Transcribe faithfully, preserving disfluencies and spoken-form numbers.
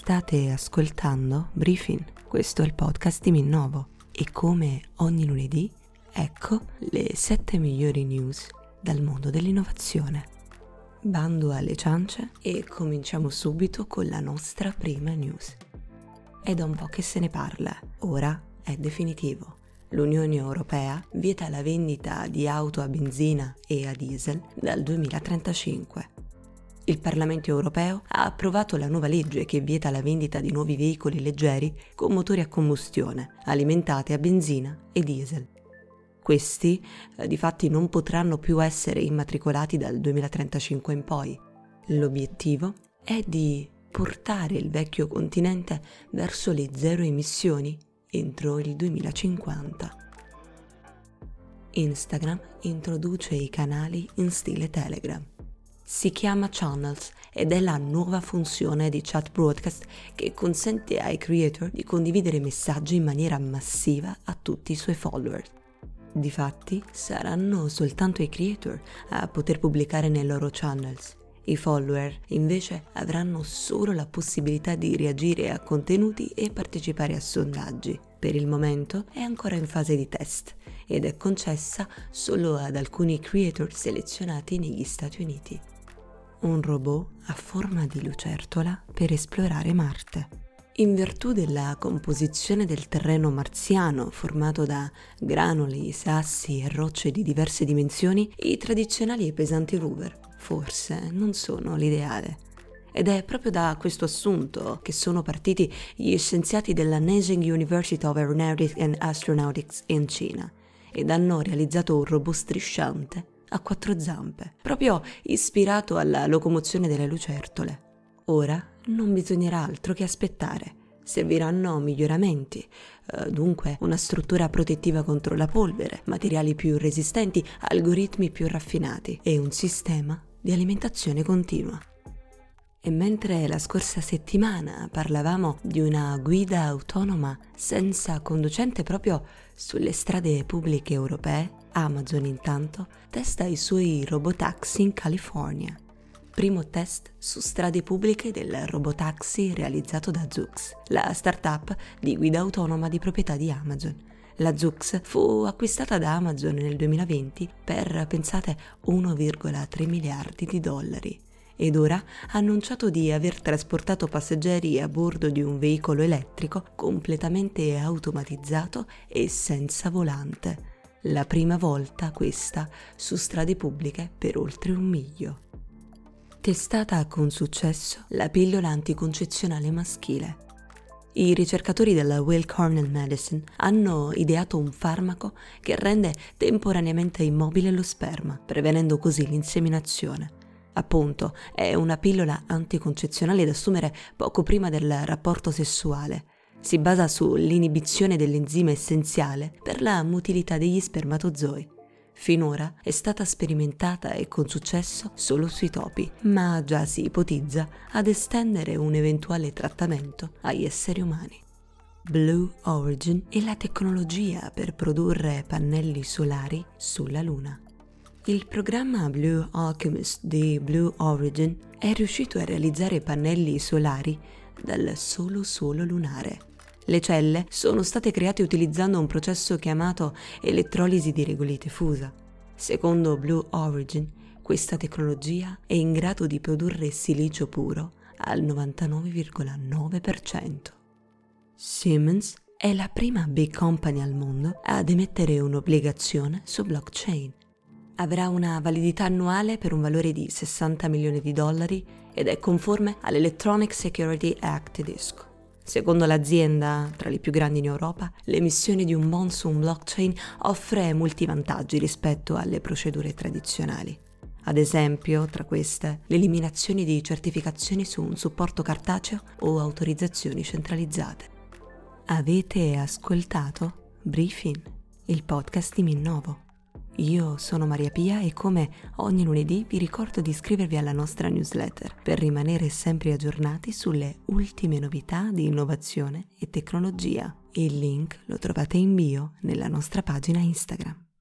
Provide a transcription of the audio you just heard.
State ascoltando Briefing, questo è il podcast di Minnovo e come ogni lunedì, ecco le sette migliori news dal mondo dell'innovazione. Bando alle ciance e cominciamo subito con la nostra prima news. È da un po' che se ne parla, ora è definitivo. L'Unione Europea vieta la vendita di auto a benzina e a diesel dal duemilatrentacinque. Il Parlamento europeo ha approvato la nuova legge che vieta la vendita di nuovi veicoli leggeri con motori a combustione, alimentati a benzina e diesel. Questi, eh, difatti, non potranno più essere immatricolati dal duemilatrentacinque in poi. L'obiettivo è di portare il vecchio continente verso le zero emissioni entro il duemilacinquanta. Instagram introduce i canali in stile Telegram. Si chiama Channels ed è la nuova funzione di chat broadcast che consente ai creator di condividere messaggi in maniera massiva a tutti i suoi follower. Difatti, saranno soltanto i creator a poter pubblicare nei loro channels. I follower, invece, avranno solo la possibilità di reagire a contenuti e partecipare a sondaggi. Per il momento è ancora in fase di test ed è concessa solo ad alcuni creator selezionati negli Stati Uniti. Un robot a forma di lucertola per esplorare Marte. In virtù della composizione del terreno marziano formato da granuli, sassi e rocce di diverse dimensioni, i tradizionali e pesanti rover forse non sono l'ideale. Ed è proprio da questo assunto che sono partiti gli scienziati della Nanjing University of Aeronautics and Astronautics in Cina ed hanno realizzato un robot strisciante a quattro zampe, proprio ispirato alla locomozione delle lucertole. Ora non bisognerà altro che aspettare. Serviranno miglioramenti, eh, dunque una struttura protettiva contro la polvere, materiali più resistenti, algoritmi più raffinati e un sistema di alimentazione continua. E mentre la scorsa settimana parlavamo di una guida autonoma senza conducente proprio sulle strade pubbliche europee, Amazon intanto testa i suoi robotaxi in California. Primo test su strade pubbliche del robotaxi realizzato da Zoox, la startup di guida autonoma di proprietà di Amazon. La Zoox fu acquistata da Amazon nel duemilaventi per, pensate, uno virgola tre miliardi di dollari. Ed ora ha annunciato di aver trasportato passeggeri a bordo di un veicolo elettrico completamente automatizzato e senza volante. La prima volta questa su strade pubbliche per oltre un miglio. Testata con successo la pillola anticoncezionale maschile. I ricercatori della Weill Cornell Medicine hanno ideato un farmaco che rende temporaneamente immobile lo sperma, prevenendo così l'inseminazione. Appunto, è una pillola anticoncezionale da assumere poco prima del rapporto sessuale. Si basa sull'inibizione dell'enzima essenziale per la motilità degli spermatozoi. Finora è stata sperimentata e con successo solo sui topi, ma già si ipotizza ad estendere un eventuale trattamento agli esseri umani. Blue Origin è la tecnologia per produrre pannelli solari sulla Luna. Il programma Blue Alchemist di Blue Origin è riuscito a realizzare pannelli solari dal solo suolo lunare. Le celle sono state create utilizzando un processo chiamato elettrolisi di regolite fusa. Secondo Blue Origin, questa tecnologia è in grado di produrre silicio puro al novantanove virgola nove per cento. Siemens è la prima big company al mondo ad emettere un'obbligazione su blockchain. Avrà una validità annuale per un valore di sessanta milioni di dollari ed è conforme all'Electronic Security Act tedesco. Secondo l'azienda, tra le più grandi in Europa, l'emissione di un bond su un blockchain offre molti vantaggi rispetto alle procedure tradizionali. Ad esempio, tra queste, l'eliminazione di certificazioni su un supporto cartaceo o autorizzazioni centralizzate. Avete ascoltato Briefing, il podcast di Minnovo. Io sono Maria Pia e come ogni lunedì vi ricordo di iscrivervi alla nostra newsletter per rimanere sempre aggiornati sulle ultime novità di innovazione e tecnologia. Il link lo trovate in bio nella nostra pagina Instagram.